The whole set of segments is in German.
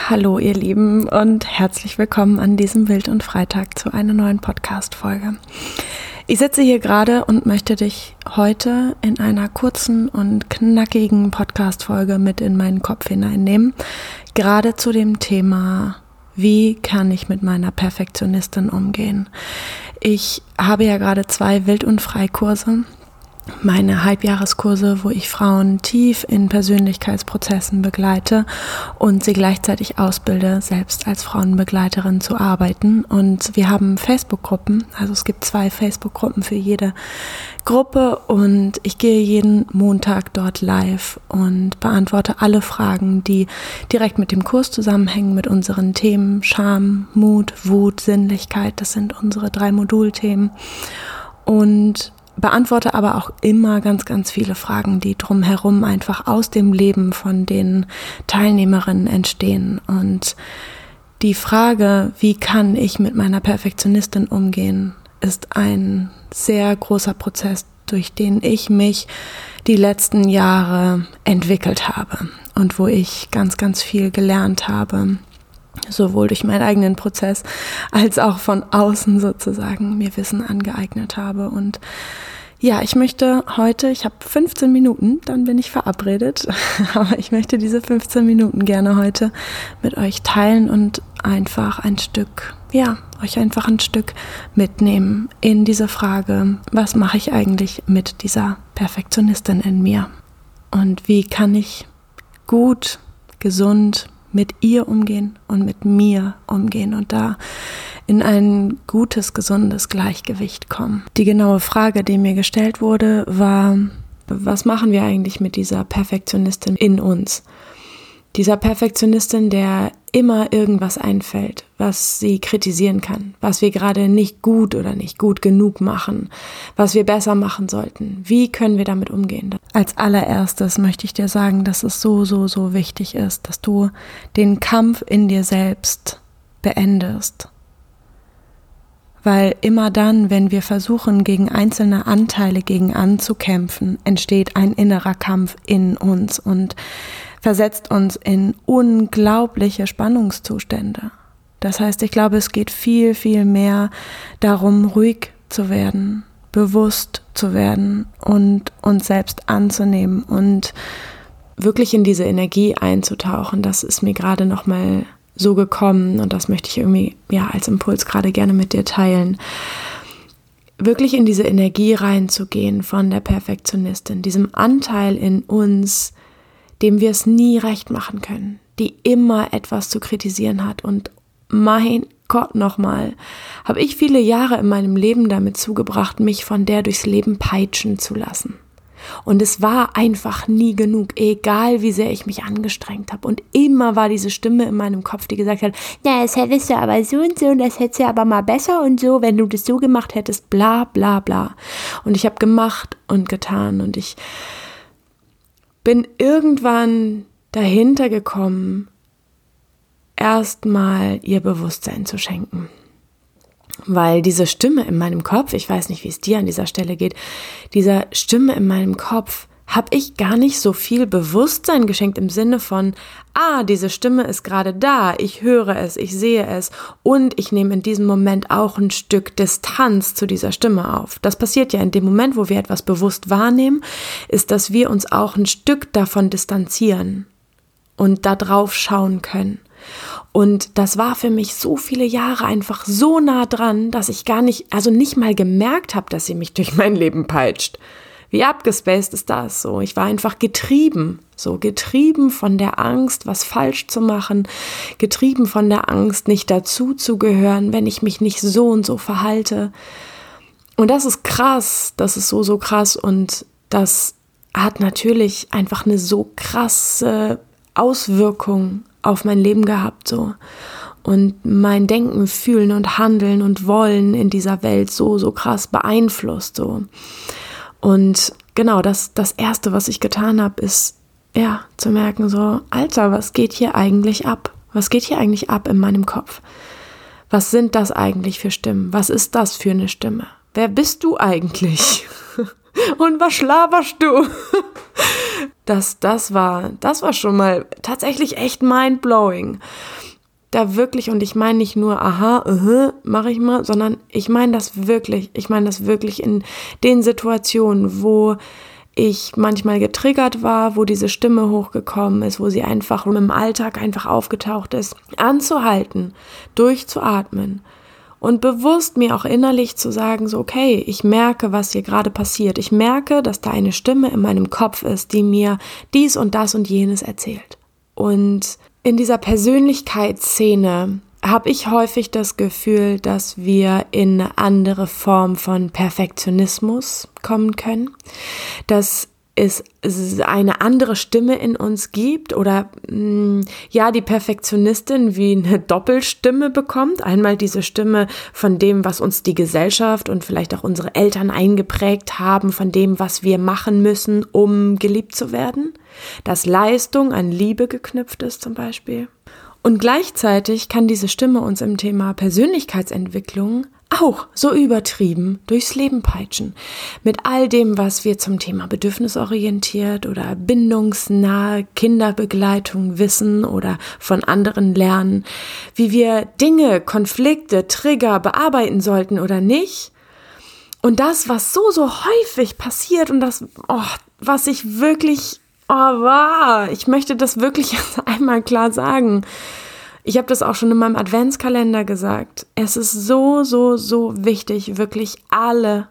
Hallo ihr Lieben und herzlich willkommen an diesem Wild- und Freitag zu einer neuen Podcast-Folge. Ich sitze hier gerade und möchte dich heute in einer kurzen und knackigen Podcast-Folge mit in meinen Kopf hineinnehmen, gerade zu dem Thema: Wie kann ich mit meiner Perfektionistin umgehen? Ich habe ja gerade 2 Wild- und Freikurse, meine Halbjahreskurse, wo ich Frauen tief in Persönlichkeitsprozessen begleite und sie gleichzeitig ausbilde, selbst als Frauenbegleiterin zu arbeiten. Und wir haben Facebook-Gruppen, also es gibt 2 Facebook-Gruppen für jede Gruppe und ich gehe jeden Montag dort live und beantworte alle Fragen, die direkt mit dem Kurs zusammenhängen, mit unseren Themen Scham, Mut, Wut, Sinnlichkeit. Das sind unsere 3 Modulthemen und beantworte aber auch immer ganz, ganz viele Fragen, die drumherum einfach aus dem Leben von den Teilnehmerinnen entstehen. Und die Frage, wie kann ich mit meiner Perfektionistin umgehen, ist ein sehr großer Prozess, durch den ich mich die letzten Jahre entwickelt habe und wo ich ganz, ganz viel gelernt habe, sowohl durch meinen eigenen Prozess als auch von außen sozusagen mir Wissen angeeignet habe. Und ja, ich möchte heute, ich habe 15 Minuten, dann bin ich verabredet, aber ich möchte diese 15 Minuten gerne heute mit euch teilen und einfach euch einfach ein Stück mitnehmen in diese Frage: Was mache ich eigentlich mit dieser Perfektionistin in mir? Und wie kann ich gut, gesund mit ihr umgehen und mit mir umgehen und da in ein gutes, gesundes Gleichgewicht kommen. Die genaue Frage, die mir gestellt wurde, war: Was machen wir eigentlich mit dieser Perfektionistin in uns? Dieser Perfektionistin, der immer irgendwas einfällt, was sie kritisieren kann, was wir gerade nicht gut oder nicht gut genug machen, was wir besser machen sollten. Wie können wir damit umgehen? Als allererstes möchte ich dir sagen, dass es so wichtig ist, dass du den Kampf in dir selbst beendest. Weil immer dann, wenn wir versuchen, gegen einzelne Anteile anzukämpfen, entsteht ein innerer Kampf in uns und versetzt uns in unglaubliche Spannungszustände. Das heißt, ich glaube, es geht viel, viel mehr darum, ruhig zu werden, bewusst zu werden und uns selbst anzunehmen und wirklich in diese Energie einzutauchen. Das ist mir gerade nochmal so gekommen und das möchte ich irgendwie als Impuls gerade gerne mit dir teilen. Wirklich in diese Energie reinzugehen von der Perfektionistin, diesem Anteil in uns, dem wir es nie recht machen können, die immer etwas zu kritisieren hat. Und mein Gott, nochmal, habe ich viele Jahre in meinem Leben damit zugebracht, mich von der durchs Leben peitschen zu lassen. Und es war einfach nie genug, egal wie sehr ich mich angestrengt habe. Und immer war diese Stimme in meinem Kopf, die gesagt hat: Na, das hättest du aber so und so und das hättest du aber mal besser und so, wenn du das so gemacht hättest, bla bla bla. Und ich habe gemacht und getan und ich bin irgendwann dahinter gekommen, erstmal ihr Bewusstsein zu schenken. Weil diese Stimme in meinem Kopf, ich weiß nicht, wie es dir an dieser Stelle geht, dieser Stimme in meinem Kopf habe ich gar nicht so viel Bewusstsein geschenkt im Sinne von: diese Stimme ist gerade da, ich höre es, ich sehe es und ich nehme in diesem Moment auch ein Stück Distanz zu dieser Stimme auf. Das passiert ja in dem Moment, wo wir etwas bewusst wahrnehmen, ist, dass wir uns auch ein Stück davon distanzieren und da drauf schauen können. Und das war für mich so viele Jahre einfach so nah dran, dass ich nicht mal gemerkt habe, dass sie mich durch mein Leben peitscht. Wie abgespaced ist das so? Ich war einfach getrieben von der Angst, was falsch zu machen, getrieben von der Angst, nicht dazu zu gehören, wenn ich mich nicht so und so verhalte. Und das ist krass, das ist so krass und das hat natürlich einfach eine so krasse Auswirkung auf mein Leben gehabt, so. Und mein Denken, Fühlen und Handeln und Wollen in dieser Welt so krass beeinflusst, so. Und genau, das Erste, was ich getan habe, ist, zu merken, so: Alter, was geht hier eigentlich ab? Was geht hier eigentlich ab in meinem Kopf? Was sind das eigentlich für Stimmen? Was ist das für eine Stimme? Wer bist du eigentlich? Und was laberst du? Das war schon mal tatsächlich echt mindblowing. Da wirklich, und ich meine nicht nur, mache ich mal, sondern ich meine das wirklich in den Situationen, wo ich manchmal getriggert war, wo diese Stimme hochgekommen ist, wo sie einfach im Alltag einfach aufgetaucht ist, anzuhalten, durchzuatmen und bewusst mir auch innerlich zu sagen, so okay, ich merke, was hier gerade passiert. Ich merke, dass da eine Stimme in meinem Kopf ist, die mir dies und das und jenes erzählt. Und in dieser Persönlichkeitsszene habe ich häufig das Gefühl, dass wir in eine andere Form von Perfektionismus kommen können, dass es eine andere Stimme in uns gibt oder die Perfektionistin wie eine Doppelstimme bekommt. Einmal diese Stimme von dem, was uns die Gesellschaft und vielleicht auch unsere Eltern eingeprägt haben, von dem, was wir machen müssen, um geliebt zu werden, dass Leistung an Liebe geknüpft ist zum Beispiel. Und gleichzeitig kann diese Stimme uns im Thema Persönlichkeitsentwicklung auch so übertrieben durchs Leben peitschen. Mit all dem, was wir zum Thema bedürfnisorientiert oder bindungsnahe Kinderbegleitung wissen oder von anderen lernen, wie wir Dinge, Konflikte, Trigger bearbeiten sollten oder nicht. Und das, was so häufig passiert und das, was ich wirklich ich möchte das wirklich jetzt einmal klar sagen. Ich habe das auch schon in meinem Adventskalender gesagt. Es ist so wichtig, wirklich alle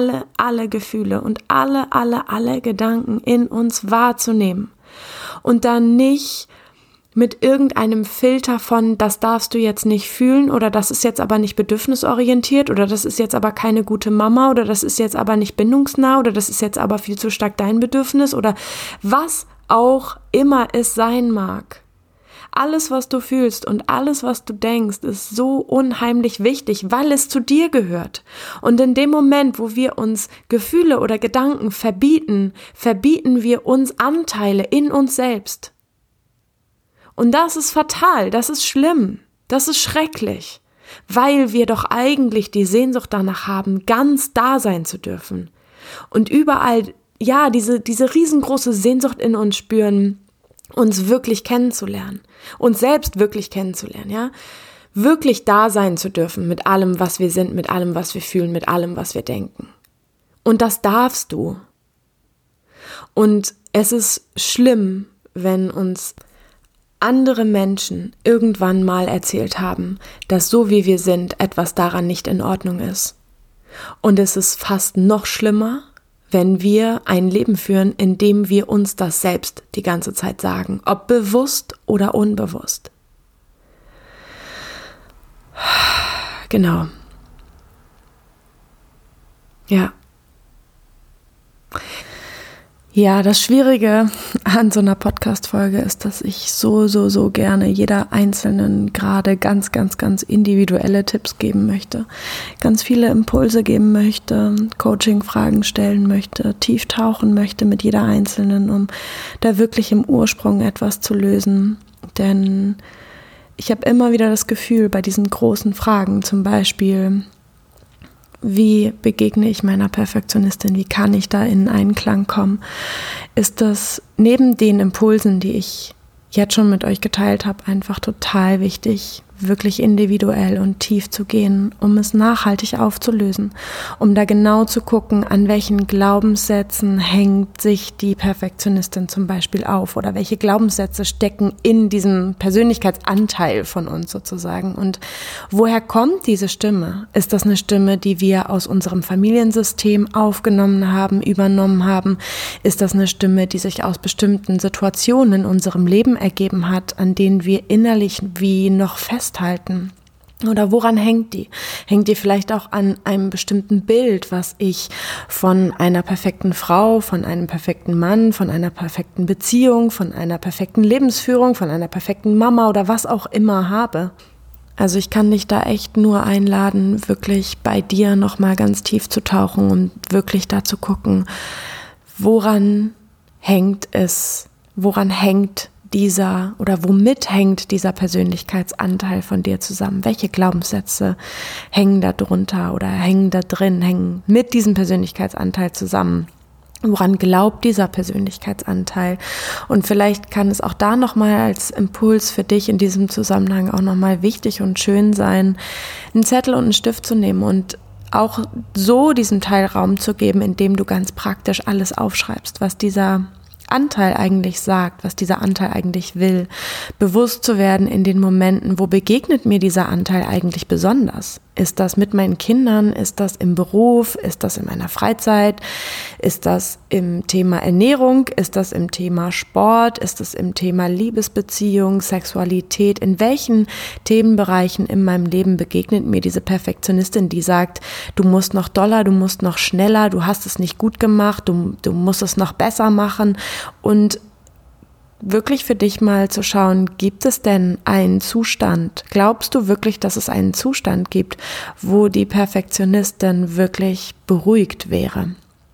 Gefühle und alle Gedanken in uns wahrzunehmen. Und dann nicht mit irgendeinem Filter von, das darfst du jetzt nicht fühlen oder das ist jetzt aber nicht bedürfnisorientiert oder das ist jetzt aber keine gute Mama oder das ist jetzt aber nicht bindungsnah oder das ist jetzt aber viel zu stark dein Bedürfnis oder was auch immer es sein mag. Alles, was du fühlst und alles, was du denkst, ist so unheimlich wichtig, weil es zu dir gehört. Und in dem Moment, wo wir uns Gefühle oder Gedanken verbieten wir uns Anteile in uns selbst. Und das ist fatal, das ist schlimm, das ist schrecklich, weil wir doch eigentlich die Sehnsucht danach haben, ganz da sein zu dürfen. Und überall, diese riesengroße Sehnsucht in uns spüren, uns wirklich kennenzulernen, uns selbst wirklich kennenzulernen, ja, wirklich da sein zu dürfen mit allem, was wir sind, mit allem, was wir fühlen, mit allem, was wir denken. Und das darfst du. Und es ist schlimm, wenn uns andere Menschen irgendwann mal erzählt haben, dass so wie wir sind, etwas daran nicht in Ordnung ist. Und es ist fast noch schlimmer, wenn wir ein Leben führen, in dem wir uns das selbst die ganze Zeit sagen, ob bewusst oder unbewusst. Genau. Ja, das Schwierige an so einer Podcast-Folge ist, dass ich so gerne jeder Einzelnen gerade ganz individuelle Tipps geben möchte, ganz viele Impulse geben möchte, Coaching-Fragen stellen möchte, tief tauchen möchte mit jeder Einzelnen, um da wirklich im Ursprung etwas zu lösen. Denn ich habe immer wieder das Gefühl bei diesen großen Fragen, zum Beispiel, wie begegne ich meiner Perfektionistin? Wie kann ich da in Einklang kommen? Ist das neben den Impulsen, die ich jetzt schon mit euch geteilt habe, einfach total wichtig, wirklich individuell und tief zu gehen, um es nachhaltig aufzulösen, um da genau zu gucken, an welchen Glaubenssätzen hängt sich die Perfektionistin zum Beispiel auf oder welche Glaubenssätze stecken in diesem Persönlichkeitsanteil von uns sozusagen und woher kommt diese Stimme? Ist das eine Stimme, die wir aus unserem Familiensystem aufgenommen haben, übernommen haben? Ist das eine Stimme, die sich aus bestimmten Situationen in unserem Leben ergeben hat, an denen wir innerlich wie noch festhalten? Oder woran hängt die? Hängt die vielleicht auch an einem bestimmten Bild, was ich von einer perfekten Frau, von einem perfekten Mann, von einer perfekten Beziehung, von einer perfekten Lebensführung, von einer perfekten Mama oder was auch immer habe? Also ich kann dich da echt nur einladen, wirklich bei dir nochmal ganz tief zu tauchen und wirklich da zu gucken, woran hängt dieser oder womit hängt dieser Persönlichkeitsanteil von dir zusammen? Welche Glaubenssätze hängen da drunter oder hängen da drin, hängen mit diesem Persönlichkeitsanteil zusammen? Woran glaubt dieser Persönlichkeitsanteil? Und vielleicht kann es auch da nochmal als Impuls für dich in diesem Zusammenhang auch nochmal wichtig und schön sein, einen Zettel und einen Stift zu nehmen und auch so diesem Teil Raum zu geben, indem du ganz praktisch alles aufschreibst, was dieser Anteil eigentlich sagt, was dieser Anteil eigentlich will. Bewusst zu werden in den Momenten, wo begegnet mir dieser Anteil eigentlich besonders? Ist das mit meinen Kindern? Ist das im Beruf? Ist das in meiner Freizeit? Ist das im Thema Ernährung? Ist das im Thema Sport? Ist das im Thema Liebesbeziehung, Sexualität? In welchen Themenbereichen in meinem Leben begegnet mir diese Perfektionistin, die sagt, du musst noch doller, du musst noch schneller, du hast es nicht gut gemacht, du musst es noch besser machen, und wirklich für dich mal zu schauen, gibt es denn einen Zustand? Glaubst du wirklich, dass es einen Zustand gibt, wo die Perfektionistin wirklich beruhigt wäre?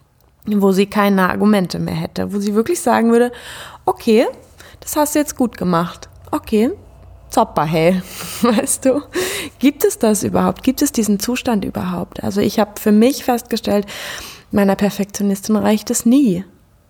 Wo sie keine Argumente mehr hätte? Wo sie wirklich sagen würde, okay, das hast du jetzt gut gemacht. Okay, zopper, hey, weißt du? Gibt es das überhaupt? Gibt es diesen Zustand überhaupt? Also ich habe für mich festgestellt, meiner Perfektionistin reicht es nie.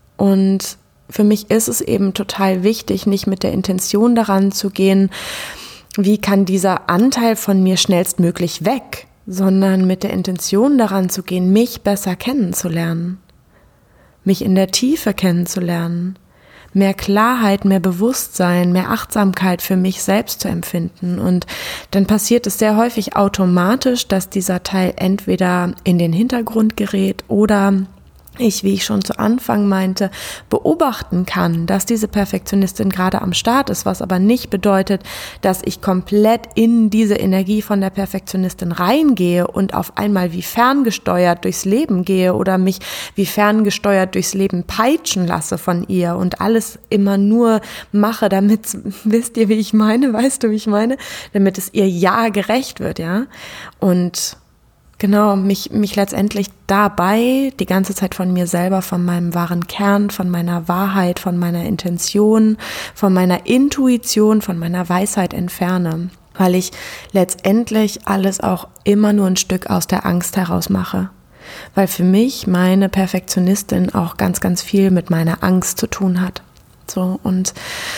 Und für mich ist es eben total wichtig, nicht mit der Intention daran zu gehen, wie kann dieser Anteil von mir schnellstmöglich weg, sondern mit der Intention daran zu gehen, mich besser kennenzulernen, mich in der Tiefe kennenzulernen, mehr Klarheit, mehr Bewusstsein, mehr Achtsamkeit für mich selbst zu empfinden. Und dann passiert es sehr häufig automatisch, dass dieser Teil entweder in den Hintergrund gerät oder ich, wie ich schon zu Anfang meinte, beobachten kann, dass diese Perfektionistin gerade am Start ist, was aber nicht bedeutet, dass ich komplett in diese Energie von der Perfektionistin reingehe und auf einmal wie ferngesteuert durchs Leben gehe oder mich wie ferngesteuert durchs Leben peitschen lasse von ihr und alles immer nur mache, damit, wisst ihr, wie ich meine, weißt du, wie ich meine, damit es ihr ja gerecht wird, ja, und genau, mich letztendlich dabei die ganze Zeit von mir selber, von meinem wahren Kern, von meiner Wahrheit, von meiner Intention, von meiner Intuition, von meiner Weisheit entferne, weil ich letztendlich alles auch immer nur ein Stück aus der Angst heraus mache. Weil für mich meine Perfektionistin auch ganz, ganz viel mit meiner Angst zu tun hat. So, und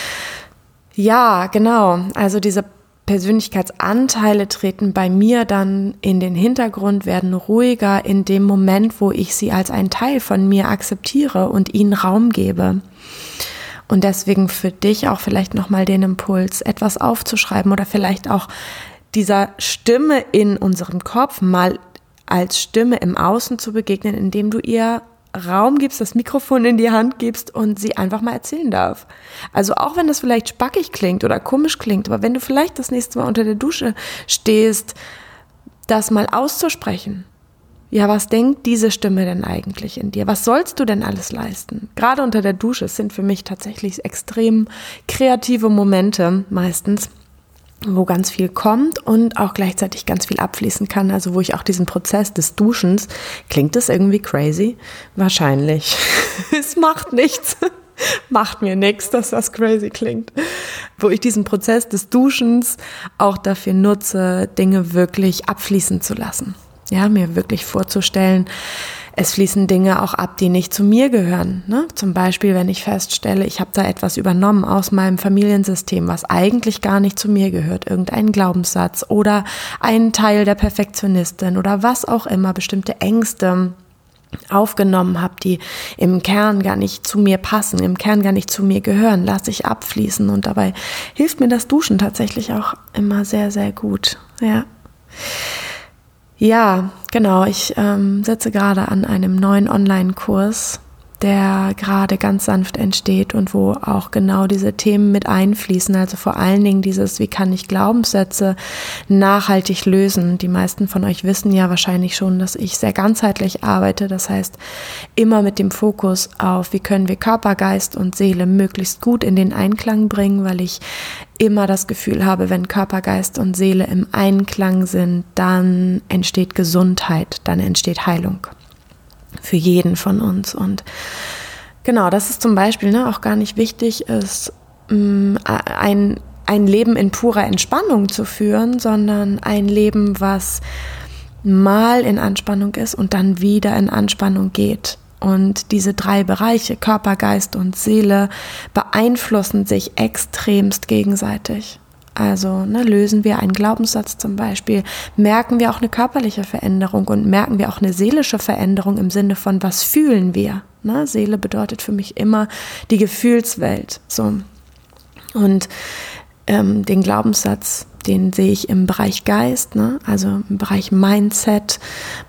ja, genau, also diese Persönlichkeitsanteile treten bei mir dann in den Hintergrund, werden ruhiger in dem Moment, wo ich sie als einen Teil von mir akzeptiere und ihnen Raum gebe. Und deswegen für dich auch vielleicht nochmal den Impuls, etwas aufzuschreiben oder vielleicht auch dieser Stimme in unserem Kopf mal als Stimme im Außen zu begegnen, indem du ihr Raum gibst, das Mikrofon in die Hand gibst und sie einfach mal erzählen darf. Also auch wenn das vielleicht spackig klingt oder komisch klingt, aber wenn du vielleicht das nächste Mal unter der Dusche stehst, das mal auszusprechen. Ja, was denkt diese Stimme denn eigentlich in dir? Was sollst du denn alles leisten? Gerade unter der Dusche sind für mich tatsächlich extrem kreative Momente meistens, wo ganz viel kommt und auch gleichzeitig ganz viel abfließen kann, also wo ich auch diesen Prozess des Duschens, klingt das irgendwie crazy? Wahrscheinlich. Es macht nichts. Macht mir nichts, dass das crazy klingt. Wo ich diesen Prozess des Duschens auch dafür nutze, Dinge wirklich abfließen zu lassen. Ja, mir wirklich vorzustellen, es fließen Dinge auch ab, die nicht zu mir gehören. Ne? Zum Beispiel, wenn ich feststelle, ich habe da etwas übernommen aus meinem Familiensystem, was eigentlich gar nicht zu mir gehört, irgendeinen Glaubenssatz oder einen Teil der Perfektionistin oder was auch immer, bestimmte Ängste aufgenommen habe, die im Kern gar nicht zu mir passen, im Kern gar nicht zu mir gehören, lasse ich abfließen. Und dabei hilft mir das Duschen tatsächlich auch immer sehr, sehr gut. Ja, genau. Ich sitze gerade an einem neuen Online-Kurs, der gerade ganz sanft entsteht und wo auch genau diese Themen mit einfließen. Also vor allen Dingen dieses, wie kann ich Glaubenssätze nachhaltig lösen? Die meisten von euch wissen ja wahrscheinlich schon, dass ich sehr ganzheitlich arbeite. Das heißt, immer mit dem Fokus auf, wie können wir Körper, Geist und Seele möglichst gut in den Einklang bringen, weil ich immer das Gefühl habe, wenn Körper, Geist und Seele im Einklang sind, dann entsteht Gesundheit, dann entsteht Heilung. Für jeden von uns. Und genau, das ist zum Beispiel auch gar nicht wichtig ist, ein Leben in purer Entspannung zu führen, sondern ein Leben, was mal in Anspannung ist und dann wieder in Anspannung geht. Und diese 3 Bereiche, Körper, Geist und Seele, beeinflussen sich extremst gegenseitig. Also lösen wir einen Glaubenssatz zum Beispiel, merken wir auch eine körperliche Veränderung und merken wir auch eine seelische Veränderung im Sinne von, was fühlen wir? Seele bedeutet für mich immer die Gefühlswelt. So. Und den Glaubenssatz, den sehe ich im Bereich Geist, also im Bereich Mindset,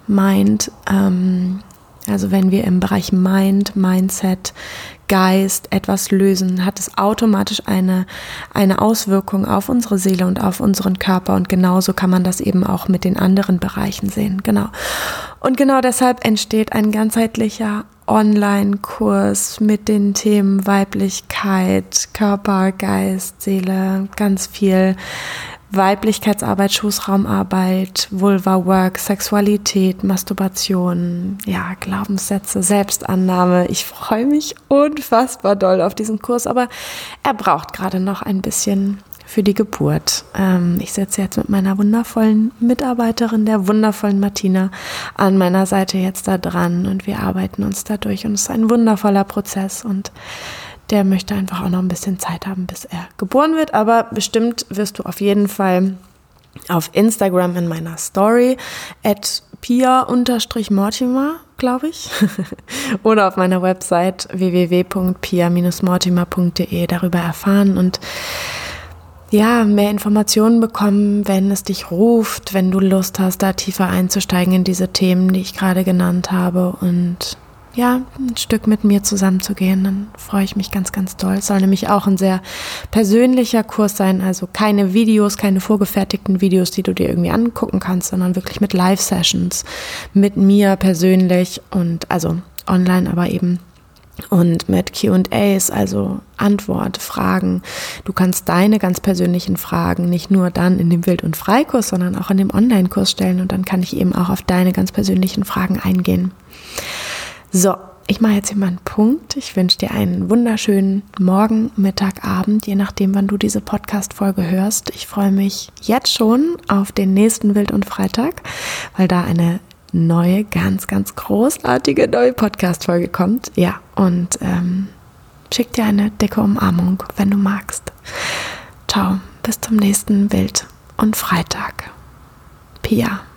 also wenn wir im Bereich Mindset, Geist etwas lösen, hat es automatisch eine Auswirkung auf unsere Seele und auf unseren Körper, und genauso kann man das eben auch mit den anderen Bereichen sehen. Genau. Und genau deshalb entsteht ein ganzheitlicher Online-Kurs mit den Themen Weiblichkeit, Körper, Geist, Seele, ganz viel Weiblichkeitsarbeit, Schoßraumarbeit, Vulva-Work, Sexualität, Masturbation, Glaubenssätze, Selbstannahme. Ich freue mich unfassbar doll auf diesen Kurs, aber er braucht gerade noch ein bisschen für die Geburt. Ich sitze jetzt mit meiner wundervollen Mitarbeiterin, der wundervollen Martina, an meiner Seite jetzt da dran, und wir arbeiten uns da durch, und es ist ein wundervoller Prozess, und der möchte einfach auch noch ein bisschen Zeit haben, bis er geboren wird. Aber bestimmt wirst du auf jeden Fall auf Instagram in meiner Story @pia_mortimer, glaube ich, oder auf meiner Website www.pia-mortimer.de darüber erfahren und mehr Informationen bekommen, wenn es dich ruft, wenn du Lust hast, da tiefer einzusteigen in diese Themen, die ich gerade genannt habe, und ein Stück mit mir zusammenzugehen, dann freue ich mich ganz, ganz doll. Es soll nämlich auch ein sehr persönlicher Kurs sein, also keine Videos, keine vorgefertigten Videos, die du dir irgendwie angucken kannst, sondern wirklich mit Live-Sessions, mit mir persönlich, und also online aber eben, und mit Q&As, also Antwort, Fragen. Du kannst deine ganz persönlichen Fragen nicht nur dann in dem Wild- und Freikurs, sondern auch in dem Online-Kurs stellen, und dann kann ich eben auch auf deine ganz persönlichen Fragen eingehen. So, ich mache jetzt hier mal einen Punkt. Ich wünsche dir einen wunderschönen Morgen, Mittag, Abend, je nachdem, wann du diese Podcast-Folge hörst. Ich freue mich jetzt schon auf den nächsten Wild- und Freitag, weil da eine neue, ganz, ganz großartige neue Podcast-Folge kommt. Ja, und schick dir eine dicke Umarmung, wenn du magst. Ciao, bis zum nächsten Wild- und Freitag. Pia.